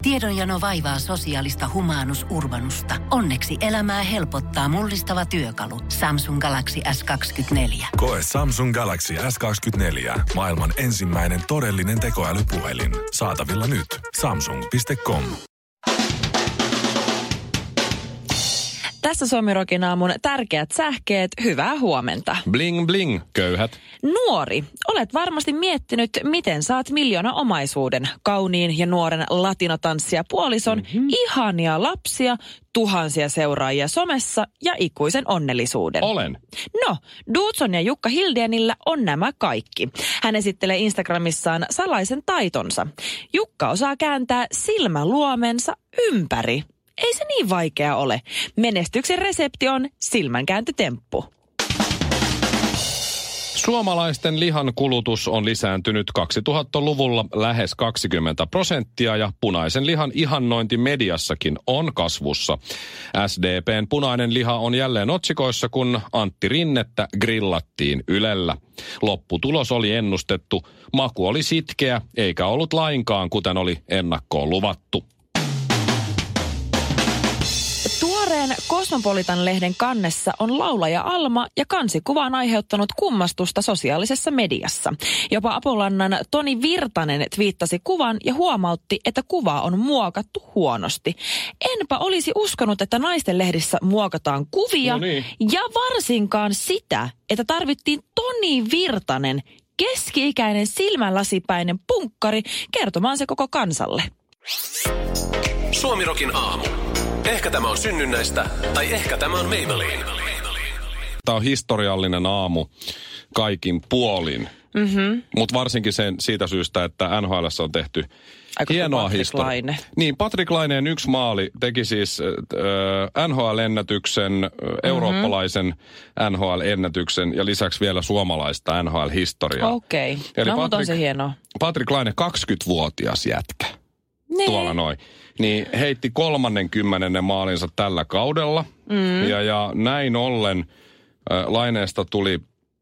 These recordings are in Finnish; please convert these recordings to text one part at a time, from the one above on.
Tiedonjano vaivaa sosiaalista humanus urbanusta. Onneksi elämää helpottaa mullistava työkalu. Samsung Galaxy S24. Koe Samsung Galaxy S24. Maailman ensimmäinen todellinen tekoälypuhelin. Saatavilla nyt. Samsung.com. Tässä Suomi-rokin aamun tärkeät sähkeet, hyvää huomenta. Bling bling, köyhät. Nuori, olet varmasti miettinyt, miten saat miljoona omaisuuden, kauniin ja nuoren latinotanssia puolison, ihania lapsia, tuhansia seuraajia somessa ja ikuisen onnellisuuden. Olen. No, Dudson ja Jukka Hildenillä on nämä kaikki. Hän esittelee Instagramissaan salaisen taitonsa. Jukka osaa kääntää silmäluomensa ympäri. Ei se niin vaikea ole. Menestyksen resepti on silmänkääntötemppu. Suomalaisten lihan kulutus on lisääntynyt 2000-luvulla lähes 20% ja punaisen lihan ihannointi mediassakin on kasvussa. SDPn punainen liha on jälleen otsikoissa, kun Antti Rinnettä grillattiin Ylellä. Lopputulos oli ennustettu. Maku oli sitkeä eikä ollut lainkaan, kuten oli ennakkoon luvattu. Tuoreen Cosmopolitan-lehden kannessa on laulaja Alma ja kansikuva on aiheuttanut kummastusta sosiaalisessa mediassa. Jopa Apolannan Toni Virtanen twiittasi kuvan ja huomautti, että kuva on muokattu huonosti. Enpä olisi uskonut, että naisten lehdissä muokataan kuvia ja varsinkaan sitä, että tarvittiin Toni Virtanen, keski-ikäinen silmälasipäinen punkkari, kertomaan se koko kansalle. Suomi-rokin aamu. Ehkä tämä on synnynnäistä, tai ehkä tämä on Maybelline. Tämä on historiallinen aamu kaikin puolin. Mutta varsinkin siitä syystä, että NHL:ssä on tehty aika hienoa historiaa. Niin, Patrik Laineen yksi maali teki siis NHL-ennätyksen, eurooppalaisen NHL-ennätyksen ja lisäksi vielä suomalaista NHL-historiaa. Okei. No, mutta on se hienoa. Patrik Laine, 20-vuotias jätkä. Niin. Tuolla noin. Niin heitti 30. maalinsa tällä kaudella. Ja näin ollen Laineesta tuli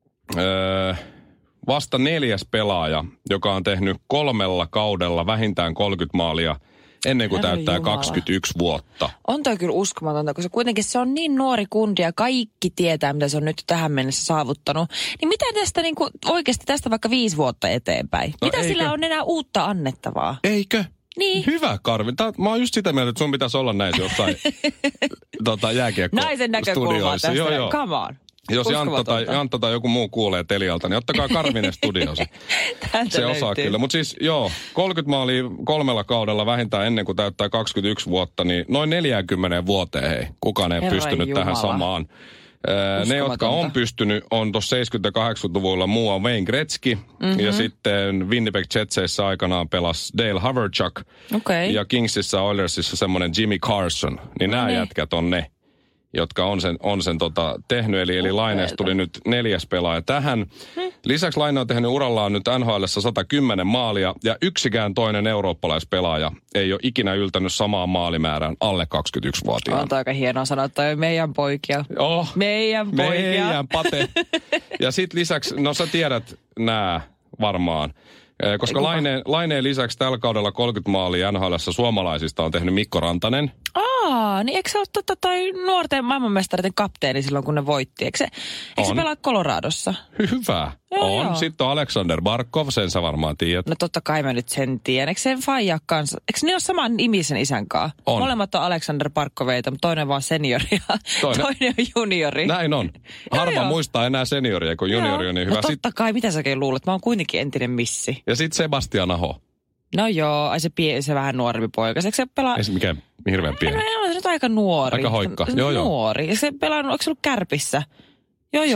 vasta 4. pelaaja, joka on tehnyt 3 kaudella vähintään 30 maalia ennen kuin täyttää 21 vuotta. On toi kyllä uskomatonta, koska kuitenkin se on niin nuori kundi ja kaikki tietää, mitä se on nyt tähän mennessä saavuttanut. Niin mitä tästä niinku, oikeasti tästä vaikka 5 vuotta eteenpäin? No mitä sillä on enää uutta annettavaa? Eikö? Niin. Hyvä, Karvi. Mä oon just sitä mieltä, että sun pitäisi olla näissä jossain jääkiekko-studioissa. Naisen näkökulmaa tästä. Joo. Come on. Jos Jantta tai joku muu kuulee Telialta, niin ottakaa Karvinen studiosi. Se osaa kyllä. Mutta siis 30 maalia 3 kaudella vähintään ennen kuin täyttää 21 vuotta, niin noin 40 vuoteen hei. Kukaan ei pystynyt tähän samaan. Ne, jotka on pystynyt, on tuossa 70-80-luvulla muu on Wayne Gretzky ja sitten Winnipeg Jetsissä aikanaan pelasi Dale Haverchuk ja Kingsissä Oilersissa semmoinen Jimmy Carson. Niin nämä jätkät on ne, jotka on sen tehnyt. Eli Laineesta tuli nyt 4. pelaaja tähän. Lisäksi Laine on tehnyt urallaan nyt NHL:ssä 110 maalia ja yksikään toinen eurooppalaispelaaja ei ole ikinä yltänyt samaan maalimäärään alle 21-vuotiaana. On aika hienoa sanoa, että toi meidän poikia. Meidän poikia. Meidän pate. Ja sit lisäksi, no sä tiedät nää varmaan. Koska Laineen lisäksi tällä kaudella 30 maalia NHL:ssä suomalaisista on tehnyt Mikko Rantanen. Niin eikö se ole toi nuorten maailmanmestareiden kapteeni silloin, kun ne voitti? Eikö se pelaa Coloradossa? Hyvä. On. Joo. Sitten on Alexander Barkov, sen sä varmaan tiedät. No totta kai mä nyt sen tiedän. Eikö sen faija kanssa? Eikö ne ole saman nimisen isän kanssa? On. Molemmat on Alexander Barkoveita, mutta toinen vaan seniori ja toinen on juniori. Näin on. Harva muistaa enää senioria, kun juniori on niin hyvä. No totta kai, mitä säkin luulet? Mä oon kuitenkin entinen missi. Ja sitten Sebastian Aho. No joo, se vähän nuorempi poika. Eikö se pelaa? Ei se mikään hirveän pieni. No se nyt aika nuori. Aika hoikka. Nuori. Ja se pelaa, onko se ollut Kärpissä? Joo.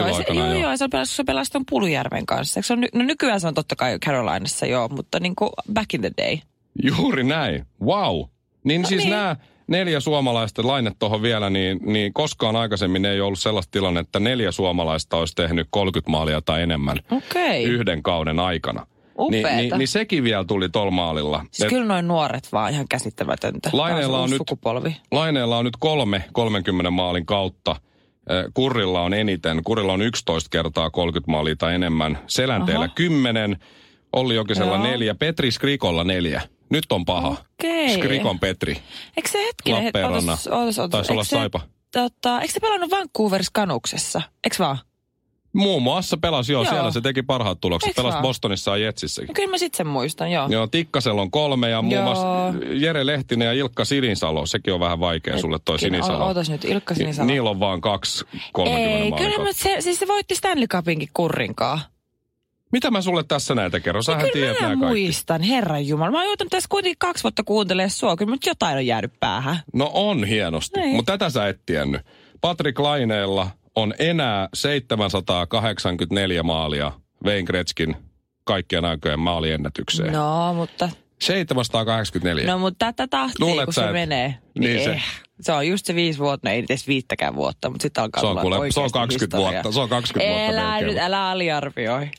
Se pelasi tuon Pulujärven kanssa. Nykyään se on totta kai Carolinassa, mutta niin kuin back in the day. Juuri näin. Wow. Niin no siis nämä 4 suomalaista, Laine tuohon vielä, niin koskaan aikaisemmin ei ollut sellaista tilannetta, että 4 suomalaista olisi tehnyt 30 maalia tai enemmän yhden kauden aikana. Niin sekin vielä tuli tuolla maalilla. Siis kyllä noin nuoret vaan ihan käsittämätöntä. Laineella on nyt 3 30 maalin kautta. Kurrilla on eniten. Kurrilla on 11 kertaa 30 maalia tai enemmän. Selänteellä 10. Olli Jokisella 4. Petri Skrikolla 4. Nyt on paha. Okei. Skrikon Petri. Eikö se hetkinen? Lappeenrannan. Taisi olla Saipa. Eikö se pelannut Vancouverissa Canucksessa? Eikö vaan? Muun muassa pelasi, joo. Siellä se teki parhaat tulokset. Pelasi Bostonissa ja Jetsissäkin. No, kyllä mä sit sen muistan, joo. Joo, Tikkasella on 3 ja muun muassa Jere Lehtinen ja Ilkka Sinisalo. Sekin on vähän vaikea sulle toi Sinisalo. Ootas nyt, Ilkka Sinisalo. Niillä on vaan 2 30 maalia. Kyllä se voitti Stanley Cupinkin kurrinkaan. Mitä mä sulle tässä näitä kerron? Sähän tiedät nämä kaikki. Kyllä mä muistan, herranjumala. Mä oon joutunut tässä kuitenkin 2 vuotta kuuntelemaan sua. Kyllä nyt jotain on jäänyt päähän. No on hienosti, mutta tätä sä et tiennyt. Patrick Laineella on enää 784 maalia Wayne Gretzkin kaikkien aikojen maaliennätykseen. No, mutta... 784. No, mutta tätä tahtia, kun se menee. Niin se on just se 5 vuotta, no ei edes 5 vuotta, mutta sitten alkaa tulla oikeasti se on 20 historia. vuotta. Se on 20 vuotta melkein. Älä aliarvioi.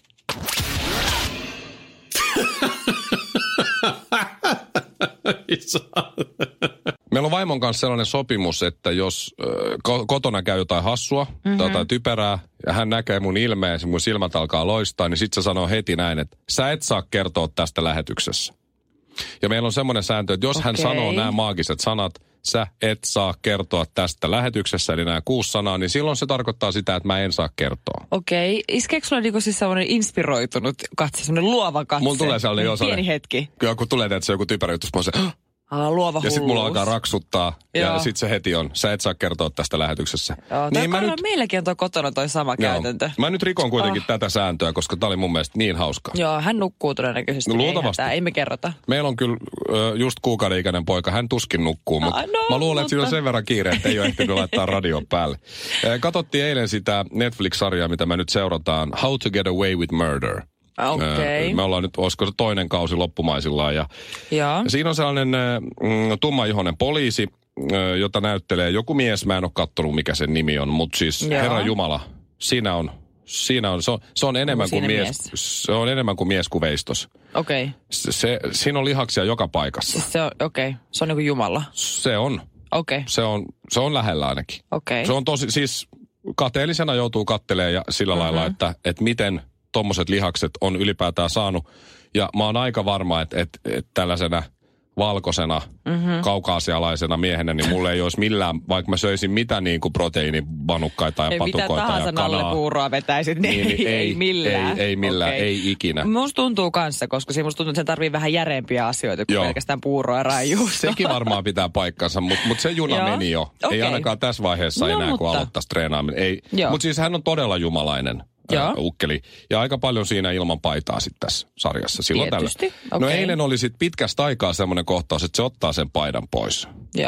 Meillä on vaimon kanssa sellainen sopimus, että jos kotona käy jotain hassua tai jotain typerää ja hän näkee mun ilmeen, mun silmät alkaa loistaa, niin sit se sanoo heti näin, että sä et saa kertoa tästä lähetyksessä. Ja meillä on semmoinen sääntö, että jos hän sanoo nämä maagiset sanat, sä et saa kertoa tästä lähetyksessä, eli nämä 6 sanaa, niin silloin se tarkoittaa sitä, että mä en saa kertoa. Okei. Iskeekö sulla niinku siis semmoinen inspiroitunut katse, semmoinen luova katse? Mulla tulee sellainen pieni hetki. Kyllä kun tulee, että se joku typerä juttu, mä se... luova hulluus. Ja sitten mulla alkaa raksuttaa ja sitten se heti on. Sä et saa kertoa tästä lähetyksessä. Joo, niin meilläkin on toi kotona toi sama käytäntö. Mä nyt rikon kuitenkin tätä sääntöä, koska tää oli mun mielestä niin hauskaa. Joo, hän nukkuu todennäköisesti. Luultavasti. Ei me kerrota. Meillä on kyllä just kuukauden-ikäinen poika. Hän tuskin nukkuu, mutta mä luulen, että siinä on sen verran kiire, että ei ole ehtinyt laittaa radion päälle. Katsottiin eilen sitä Netflix-sarjaa, mitä me nyt seurataan. How to get away with murder. Okay. Me ollaan nyt, olisiko se toinen kausi loppumaisillaan. Ja siinä on sellainen tummaihoinen poliisi, jota näyttelee joku mies. Mä en ole katsonut, mikä sen nimi on, mutta siis Herra Jumala, siinä on, se on enemmän kuin mies. Se on enemmän kuin mieskuveistos. Okei. Okay. Siinä on lihaksia joka paikassa. Siis se on niin kuin Jumala. Se on. Okei. Okay. Se on lähellä ainakin. Okei. Okay. Se on tosi, siis kateellisena joutuu kattelemaan ja sillä lailla, että miten tommoset lihakset on ylipäätään saanut. Ja mä oon aika varma, että tällaisena valkoisena, kaukaasialaisena miehenä, niin mulle ei olisi millään, vaikka mä söisin mitä niin kuin proteiinivanukkaita ja patukoita ja kanaa. Mitä tahansa nallepuuroa vetäisit, niin ei millään. Ei millään, ei ikinä. Musta tuntuu kanssa, koska musta tuntuu, että sen tarvii vähän järeempiä asioita kuin pelkästään puuroa ja raijuusta. Sekin varmaan pitää paikkansa, mutta se juna meni jo. Okay. Ei ainakaan tässä vaiheessa enää, kun aloittaisi treenaaminen. Mutta siis hän on todella jumalainen. Ukkeli. Ja aika paljon siinä ilman paitaa sitten tässä sarjassa. Silloin tällä. Okay. No eilen oli sitten pitkästä aikaa semmoinen kohtaus, että se ottaa sen paidan pois.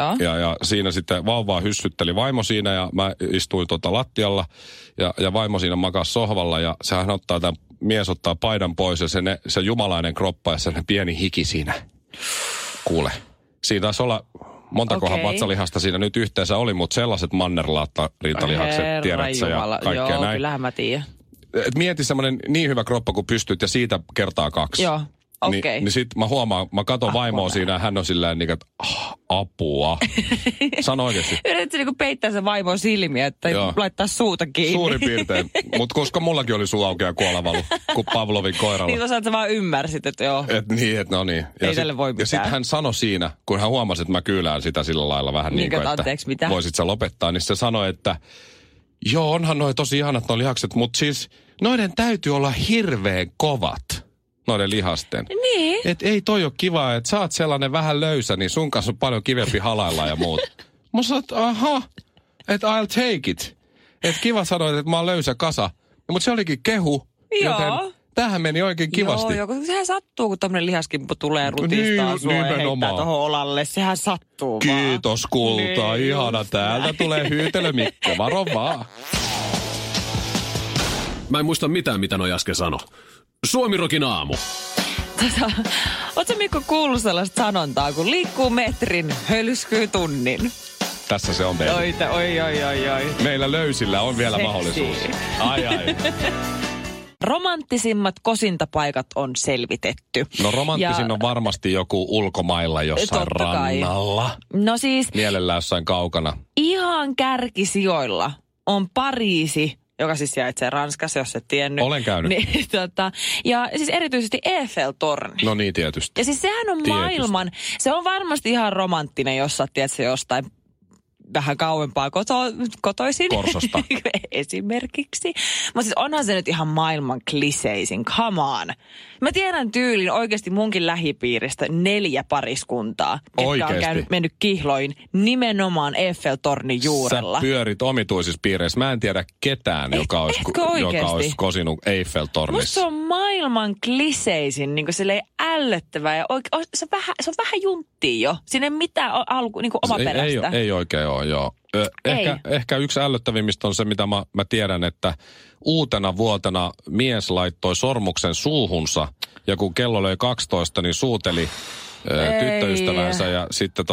Ja siinä sitten vauvaa hyssytteli vaimo siinä ja mä istuin lattialla ja vaimo siinä makasi sohvalla ja sehän mies ottaa paidan pois ja se jumalainen kroppa ja se pieni hiki siinä. Kuule, siinä taisi olla montakohan vatsalihasta siinä nyt yhteensä oli, mutta sellaiset mannerlaatta-rintalihakset, tiedät sä ja kaikkea näin. Kyllähän mä tiedän. Et mieti semmoinen niin hyvä kroppa, kun pystyt ja siitä kertaa 2. Joo, okei. Niin sit mä huomaan, mä katon vaimoa siinä ja hän on silleen niin, että apua. Sano oikeasti. Yritätkö niinku peittää sen vaimon silmiä, että laittaa suuta kiinni? Suurin piirtein. Mutta koska mullakin oli suu aukea kuolavalu, kuin Pavlovin koiralla. Niin tosiaan sä vaan ymmärsit, että joo. No niin. Ei tälle voi mitään. Ja sitten hän sanoi siinä, kun hän huomasi, että mä kyylään sitä sillä lailla vähän niin kuin, että mitä? Voisit sä lopettaa, niin se sanoi, että joo, onhan noi tosi ihanat noi lihakset, mutta siis noiden täytyy olla hirveän kovat, noiden lihasten. Niin. Et ei toi ole kiva, että sä oot sellainen vähän löysä, niin sun kanssa on paljon kivempi halailla ja muut. Mä sanoin, että aha, että I'll take it. Että kiva sanoit, että mä oon löysä kasa. Mutta se olikin kehu, joten tämähän meni oikein kivasti. Joo, koska sehän sattuu, kun tämmöinen lihaskimppu tulee rutistaa sua ja heittää tohon olalle. Sehän sattuu vaan. Kiitos kulta, ihana. Täältä tulee hyytelö Mikko, varo vaan. Mä en muista mitään, mitä noi äsken sano. Suomirokin aamu. Ootko Mikko kuullut sellaista sanontaa, kun liikkuu metrin, hölskyy tunnin? Tässä se on meillä. Oi. Meillä löysillä on vielä mahdollisuus. Ai. Romanttisimmat kosintapaikat on selvitetty. No romanttisin on varmasti joku ulkomailla jossain rannalla. No siis... Mielellään jossain kaukana. Ihan kärkisijoilla on Pariisi joka siis sijaitsee Ranskassa, jos et tiennyt. Olen käynyt. Niin, ja siis erityisesti Eiffel-torni. No niin, tietysti. Ja siis sehän on maailman, se on varmasti ihan romanttinen, jos sä tiedät se jostain vähän kauempaa kotoisin. Korsosta. Esimerkiksi. Mutta siis onhan se nyt ihan maailman kliseisin. Come on. Mä tiedän tyylin oikeasti munkin lähipiiristä 4 pariskuntaa, ketkä on mennyt kihloin nimenomaan Eiffel-tornin juurella. Sä pyörit omituisissa piireissä. Mä en tiedä ketään, joka olisi kosinut Eiffel-tornissa. Musta se on maailman kliseisin, niin kuin silleen ällöttävää. Ja se on vähän junttia jo. Siinä ei mitään niin omaperäistä. Ei oikein ole, joo. Ehkä yksi ällöttävimmistä on se, mitä mä tiedän, että uutena vuotena mies laittoi sormuksen suuhunsa ja kun kello löi 12, niin suuteli tyttöystävänsä ja sitten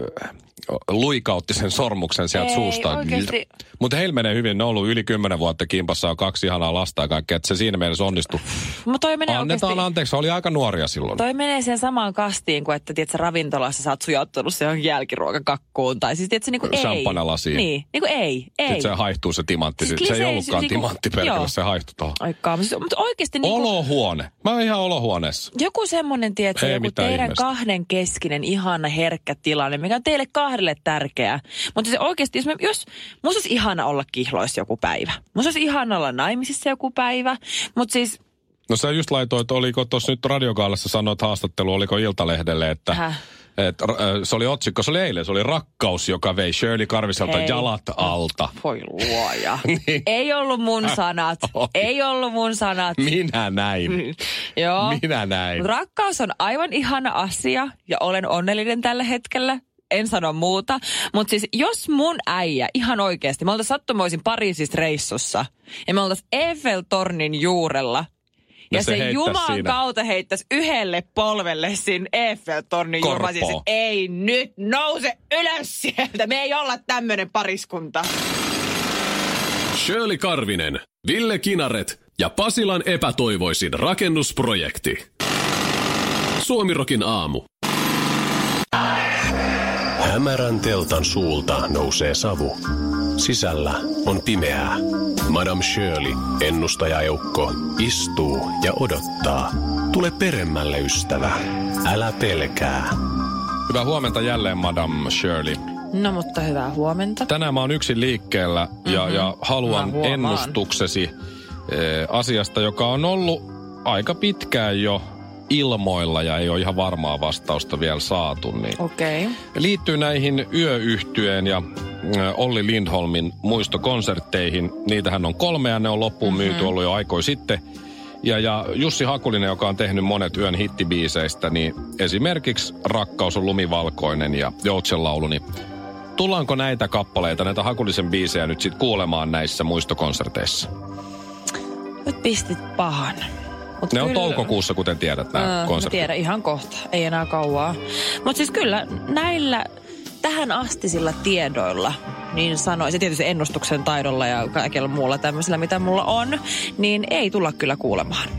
luikautti sen sormuksen sieltä suusta. Mutta heillä menee hyvin, ne on ollut yli 10 vuotta kimpassa, on 2 ihanaa lasta ja kaikkea, että se siinä mielessä onnistui. Annetaan anteeksi, oli aika nuoria silloin. Toi menee siihen samaan kastiin kuin, että tiedätkö, ravintolassa sä oot sujauttanut se johonkin jälkiruokakakkuun. Tai siis tiedätkö, niinku ei. Champagne-lasiin. Niin, niinku ei. Sitten se haihtuu se timantti. Se ei ollutkaan niinku, timantti pelkällä, se haihtui tuohon. Mutta oikeasti niinku... Olohuone. Mä oon ihan olohuoneessa. Joku semmoinen, tiedätkö, joku teidän ihmestä. 2 keskinen ihana herkkä tilanne, mikä on teille 2 tärkeää. Mutta se oikeasti, jos musta olisi ihana olla kihloissa joku päivä. Musta olisi ihana olla naimisissa joku päivä. Mutta siis... No sä just laitoit, oliko tuossa nyt Radiokaalassa sanoit haastattelu, oliko Iltalehdelle, että se oli otsikko, se oli eilen, se oli rakkaus, joka vei Shirley Karviselta jalat alta. Voi luoja. Niin. Ei ollut mun sanat. Ei ollut mun sanat. Minä näin. Joo. Minä näin. Rakkaus on aivan ihana asia ja olen onnellinen tällä hetkellä. En sano muuta. Mutta siis jos mun äijä ihan oikeasti, me oltaisiin sattumoisin Pariisissa reissussa ja me oltaisiin Eiffel-tornin juurella ja se Jumalan kautta heittäisi yhdelle polvelle siinä Eiffel-tornin juurella. Siis, ei nyt nouse ylös sieltä. Me ei olla tämmönen pariskunta. Shirley Karvinen, Ville Kinaret ja Pasilan epätoivoisin rakennusprojekti. Suomirokin aamu. Hämärän teltan suulta nousee savu. Sisällä on pimeää. Madame Shirley, ennustajaeukko, istuu ja odottaa. Tule peremmälle, ystävä. Älä pelkää. Hyvää huomenta jälleen, Madame Shirley. No, mutta hyvää huomenta. Tänään mä oon yksin liikkeellä ja haluan ennustuksesi asiasta, joka on ollut aika pitkään jo ilmoilla ja ei ole ihan varmaa vastausta vielä saatu. Niin Okei. Liittyy näihin Yö-yhtyeen ja Olli Lindholmin muistokonsertteihin. Niitähän on 3 ja ne on loppuun myyty ollut jo aikoja sitten. Ja Jussi Hakulinen, joka on tehnyt monet Yön hittibiiseistä, niin esimerkiksi Rakkaus on lumivalkoinen ja Joutsenlaulu, niin tullaanko näitä kappaleita, näitä Hakulisen biisejä nyt sitten kuulemaan näissä muistokonserteissa? Nyt pistit pahan. Ne on toukokuussa, kuten tiedät, nämä konsertit. Mä tiedän ihan kohta, ei enää kauaa. Mutta siis kyllä näillä tähän astisilla tiedoilla, niin sanoisin, ja tietysti ennustuksen taidolla ja kaikella muulla tämmöisellä, mitä mulla on, niin ei tulla kyllä kuulemaan.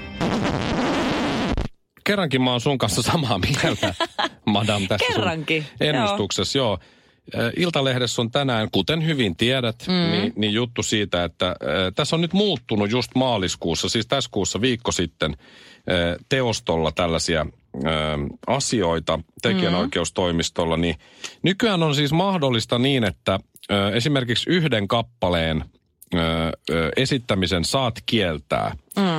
Kerrankin mä oon sun kanssa samaa mieltä, madam, tässä Kerrankin, ennustuksessa, joo. Iltalehdessä on tänään, kuten hyvin tiedät, niin juttu siitä, että tässä on nyt muuttunut just maaliskuussa, siis tässä kuussa viikko sitten, teostolla tällaisia asioita tekijänoikeustoimistolla, niin nykyään on siis mahdollista niin, että esimerkiksi yhden kappaleen esittämisen saat kieltää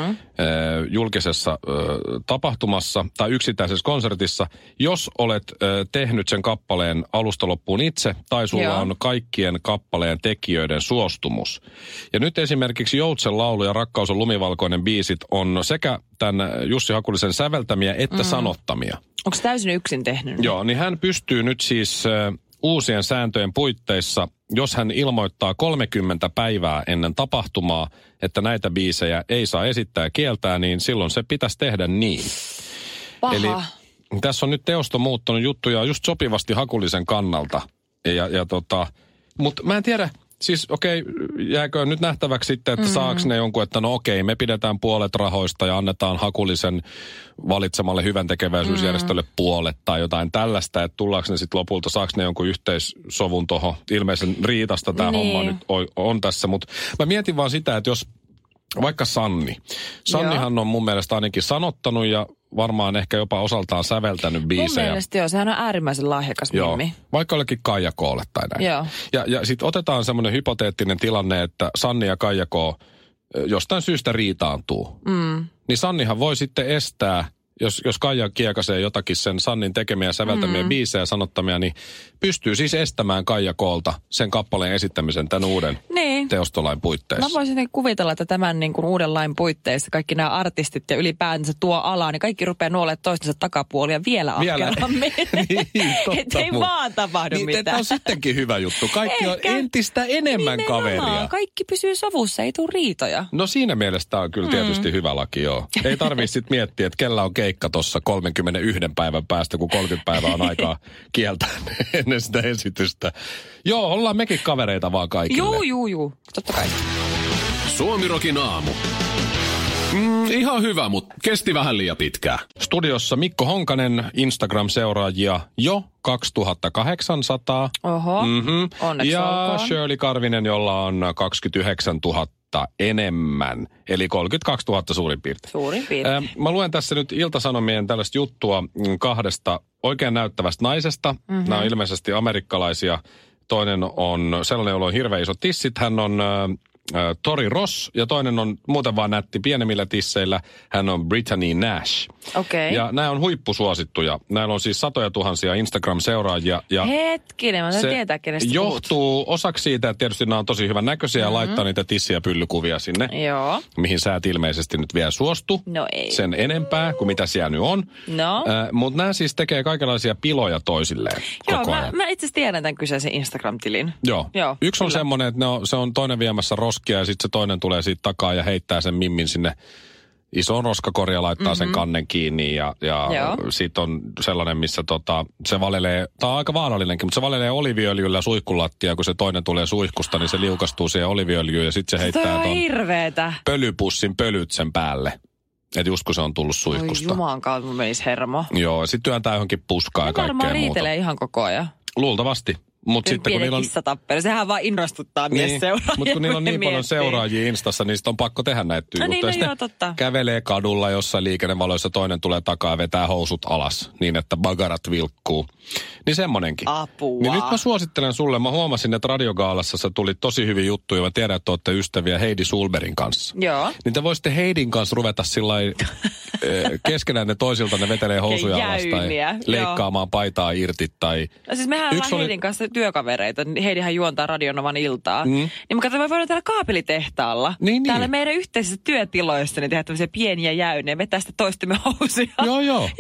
julkisessa tapahtumassa tai yksittäisessä konsertissa, jos olet tehnyt sen kappaleen alusta loppuun itse tai sulla on kaikkien kappaleen tekijöiden suostumus. Ja nyt esimerkiksi Joutsenlaulu ja Rakkaus on lumivalkoinen biisit on sekä tämän Jussi Hakulisen säveltämiä että sanottamia. Onko se täysin yksin tehnyt? Joo, niin hän pystyy nyt siis uusien sääntöjen puitteissa, jos hän ilmoittaa 30 päivää ennen tapahtumaa, että näitä biisejä ei saa esittää ja kieltää, niin silloin se pitäisi tehdä niin. Paha. Eli tässä on nyt teosto muuttunut juttuja just sopivasti Hakulisen kannalta. Mutta mä en tiedä, siis jääkö nyt nähtäväksi sitten, että saaks ne jonkun, että me pidetään puolet rahoista ja annetaan Hakulisen valitsemalle hyväntekeväisyysjärjestölle puolet tai jotain tällaista, että tullaanko ne sitten lopulta, saaks ne jonkun yhteissovun tuohon ilmeisen riitasta tämä homma nyt on tässä, mutta mä mietin vaan sitä, että jos vaikka Sannihan on mun mielestä ainakin sanottanut ja varmaan ehkä jopa osaltaan säveltänyt biisejä. Mun mielestä sehän on äärimmäisen lahjakas mimmi. Vaikka jollekin Kaija K:lle tai näin. Joo. Ja sitten otetaan semmoinen hypoteettinen tilanne, että Sanni ja Kaija K jostain syystä riitaantuu. Niin Sannihan voi sitten estää, jos Kaija kiekasee jotakin sen Sannin tekemiä säveltämiä biisejä sanottamia, niin pystyy siis estämään Kaija K:lta sen kappaleen esittämisen tämän uuden teostolain puitteissa. Mä voisin kuvitella, että tämän niin kuin uuden lain puitteissa kaikki nämä artistit ja ylipäänsä tuo ala, niin kaikki rupeaa nuolemaan toistensa takapuolia vielä ahkerammin. Niin, totta. Että ei vaan tapahdu mitään. Tämä on sittenkin hyvä juttu. Kaikki on entistä enemmän kaveria. Kaikki pysyy sovussa, ei tule riitoja. No siinä mielessä on kyllä tietysti hyvä laki, joo. Ei tarvitse sitten miettiä, että kellä on keikka tuossa 31 päivän päästä, kun 30 päivää on aikaa kieltää ennen sitä esitystä. Joo, ollaan mekin kavereita vaan kaikille. Juu. Totta kai. Suomirokin aamu. Ihan hyvä, mutta kesti vähän liian pitkään. Studiossa Mikko Honkanen, Instagram-seuraajia jo 2800. Oho, onneksi ja olkoon. Shirley Karvinen, jolla on 29 000 enemmän, eli 32 000 suurin piirtein. Suurin piirtein. Mä luen tässä nyt Ilta-Sanomien tällaista juttua kahdesta oikein näyttävästä naisesta. Nämä on ilmeisesti amerikkalaisia. Toinen on sellainen, jolla on hirveän isot tissit. Hän on Tori Ross ja toinen on muuten vaan nätti pienemmillä tisseillä. Hän on Brittany Nash. Okei. Ja nämä on huippusuosittuja. Näillä on siis satoja tuhansia Instagram-seuraajia. Ja hetkinen, mä en tietää, kenestä johtuu osaksi siitä, että tietysti nämä on tosi hyvän näköisiä ja laittaa niitä tissi- ja pyllykuvia sinne. Joo. Mihin sä et ilmeisesti nyt vielä suostu. No ei. Sen enempää kuin mitä siellä nyt on. No. Mutta nämä siis tekee kaikenlaisia piloja toisilleen koko ajan. Mä itse asiassa tiedän tämän kyseisen Instagram-tilin. Joo. Yksi on semmoinen, että se on toinen viemässä roskia ja sitten se toinen tulee siitä takaa ja heittää sen mimmin sinne isoon roskakoriin ja laittaa sen kannen kiinni. Ja sitten on sellainen, missä se valelee, tämä on aika vaarallinenkin, mutta se valelee oliviöljyllä suihkulattia, kun se toinen tulee suihkusta, niin se liukastuu siihen oliviöljyyn ja sitten se heittää ton pölypussin pölyt sen päälle. Että just kun se on tullut suihkusta. Oi juman kautta, mun menisi hermo. Joo, sitten työntää johonkin puskaa ja kaikkea muuta. Varmaan riitelee ihan koko ajan. Luultavasti. Mutta sitten kun niillä on kissatappelu, sehän vaan innostuttaa miesseuraajia. Mutta kun niillä on niin paljon seuraajia Instassa, niin sitten on pakko tehdä näitä juttuja. Niin, totta. Kävelee kadulla jossain liikennevaloissa, toinen tulee takaa ja vetää housut alas niin, että bagarat vilkkuu. Niin semmonenkin. Apua. Niin nyt mä suosittelen sulle, mä huomasin, että Radiogaalassa sä tuli tosi hyviä juttuja. Mä tiedän, että olette ystäviä Heidi Sulberin kanssa. Joo. Niin te voisitte Heidin kanssa ruveta sillai keskenään ne toisilta ne vetelee housuja alas tai leikkaamaan paitaa irti. Tai siis mehän ollaan Heidin kanssa työkavereita. Heidihän juontaa Radionovan iltaa. Niin mä katsoin, me voidaan täällä kaapelitehtaalla. Täällä meidän yhteisissä työtiloissa niin tehdään tämmöisiä pieniä jäyniä. Vetää sitä toistemme housuja. Joo.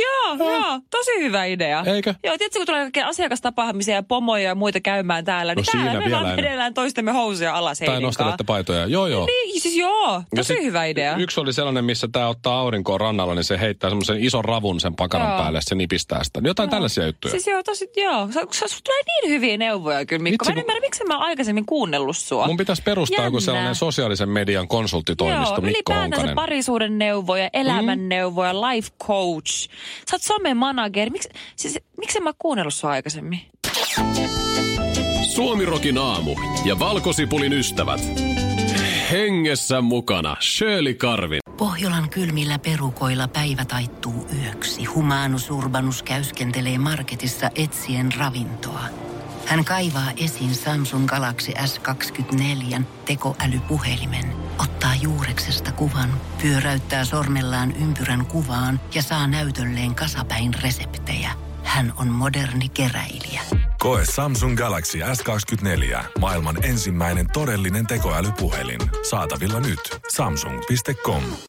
Tosi hyvä idea. Eikö? Joo, tiedätkö, kun tulee kaikkea asiakastapaamisia ja pomoja ja muita käymään täällä, niin täällä me vaan vedellään toistemme housuja alas Heidin kanssa. Tai nostelette paitoja. Joo. Niin, siis tosi hyvä idea. Yksi oli sellainen, missä tää ottaa aurinkoa rannalla, niin se heittää semmoisen ison ravun sen pakaran päälle ja se nipistää sitä. Jotain tällaisia juttuja. Siis Sulla tulee niin hyviä neuvoja kyllä, Mikko. Mä en ymmärrä, miksi mä oon aikaisemmin kuunnellut sua. Mun pitäisi perustaa joku sellainen sosiaalisen median konsulttitoimisto, Mikko Honkanen. Ylipäätänsä parisuuden neuvoja, elämän neuvoja, life coach. Sä oot somemanageri. Miksi mä oon kuunnellut sua aikaisemmin? Suomirokin aamu ja Valkosipulin ystävät. Hengessä mukana Shirley Karvinen. Pohjolan kylmillä perukoilla päivä taittuu yöksi. Humanus Urbanus käyskentelee marketissa etsien ravintoa. Hän kaivaa esiin Samsung Galaxy S24 tekoälypuhelimen, ottaa juureksesta kuvan, pyöräyttää sormellaan ympyrän kuvaan ja saa näytölleen kasapäin reseptejä. Hän on moderni keräilijä. Koe Samsung Galaxy S24. Maailman ensimmäinen todellinen tekoälypuhelin. Saatavilla nyt. Samsung.com.